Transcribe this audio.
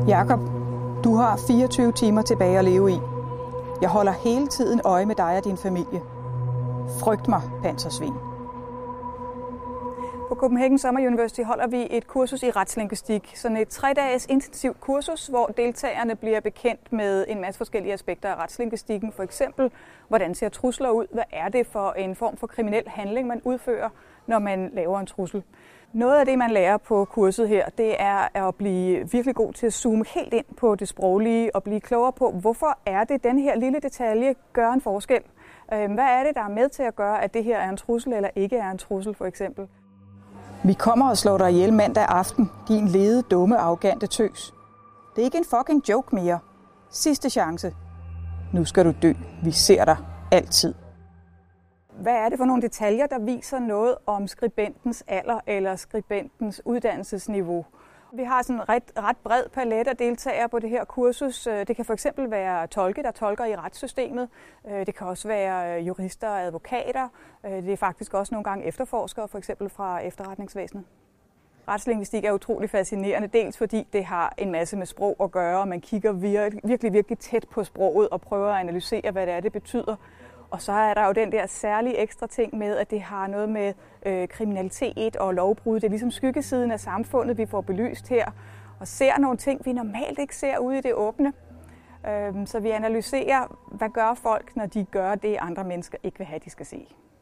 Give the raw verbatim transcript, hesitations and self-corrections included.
Jakob, du har fireogtyve timer tilbage at leve i. Jeg holder hele tiden øje med dig og din familie. Frygt mig, pansersvin. På Copenhagen Summer University holder vi et kursus i retslingvistik. Sådan et tre-dages intensivt kursus, hvor deltagerne bliver bekendt med en masse forskellige aspekter af retslingvistikken. For eksempel, hvordan ser trusler ud? Hvad er det for en form for kriminel handling, man udfører, når man laver en trussel? Noget af det, man lærer på kurset her, det er at blive virkelig god til at zoome helt ind på det sproglige og blive klogere på, hvorfor er det, den her lille detalje gør en forskel? Hvad er det, der er med til at gøre, at det her er en trussel eller ikke er en trussel, for eksempel? Vi kommer og slår dig ihjel mandag aften, din lede, dumme, arrogante tøs. Det er ikke en fucking joke mere. Sidste chance. Nu skal du dø. Vi ser dig altid. Hvad er det for nogle detaljer, der viser noget om skribentens alder eller skribentens uddannelsesniveau? Vi har sådan en ret, ret bred palet af deltagere på det her kursus. Det kan for eksempel være tolke, der tolker i retssystemet. Det kan også være jurister og advokater. Det er faktisk også nogle gange efterforskere, for eksempel fra efterretningsvæsenet. Retslingvistik er utrolig fascinerende, dels fordi det har en masse med sprog at gøre, og man kigger virkelig, virkelig, virkelig tæt på sproget og prøver at analysere, hvad det er, det betyder. Og så er der jo den der særlige ekstra ting med, at det har noget med øh, kriminalitet og lovbrud. Det er ligesom skyggesiden af samfundet, vi får belyst her, og ser nogle ting, vi normalt ikke ser ude i det åbne. Øh, så vi analyserer, hvad gør folk, når de gør det, andre mennesker ikke vil have, de skal se.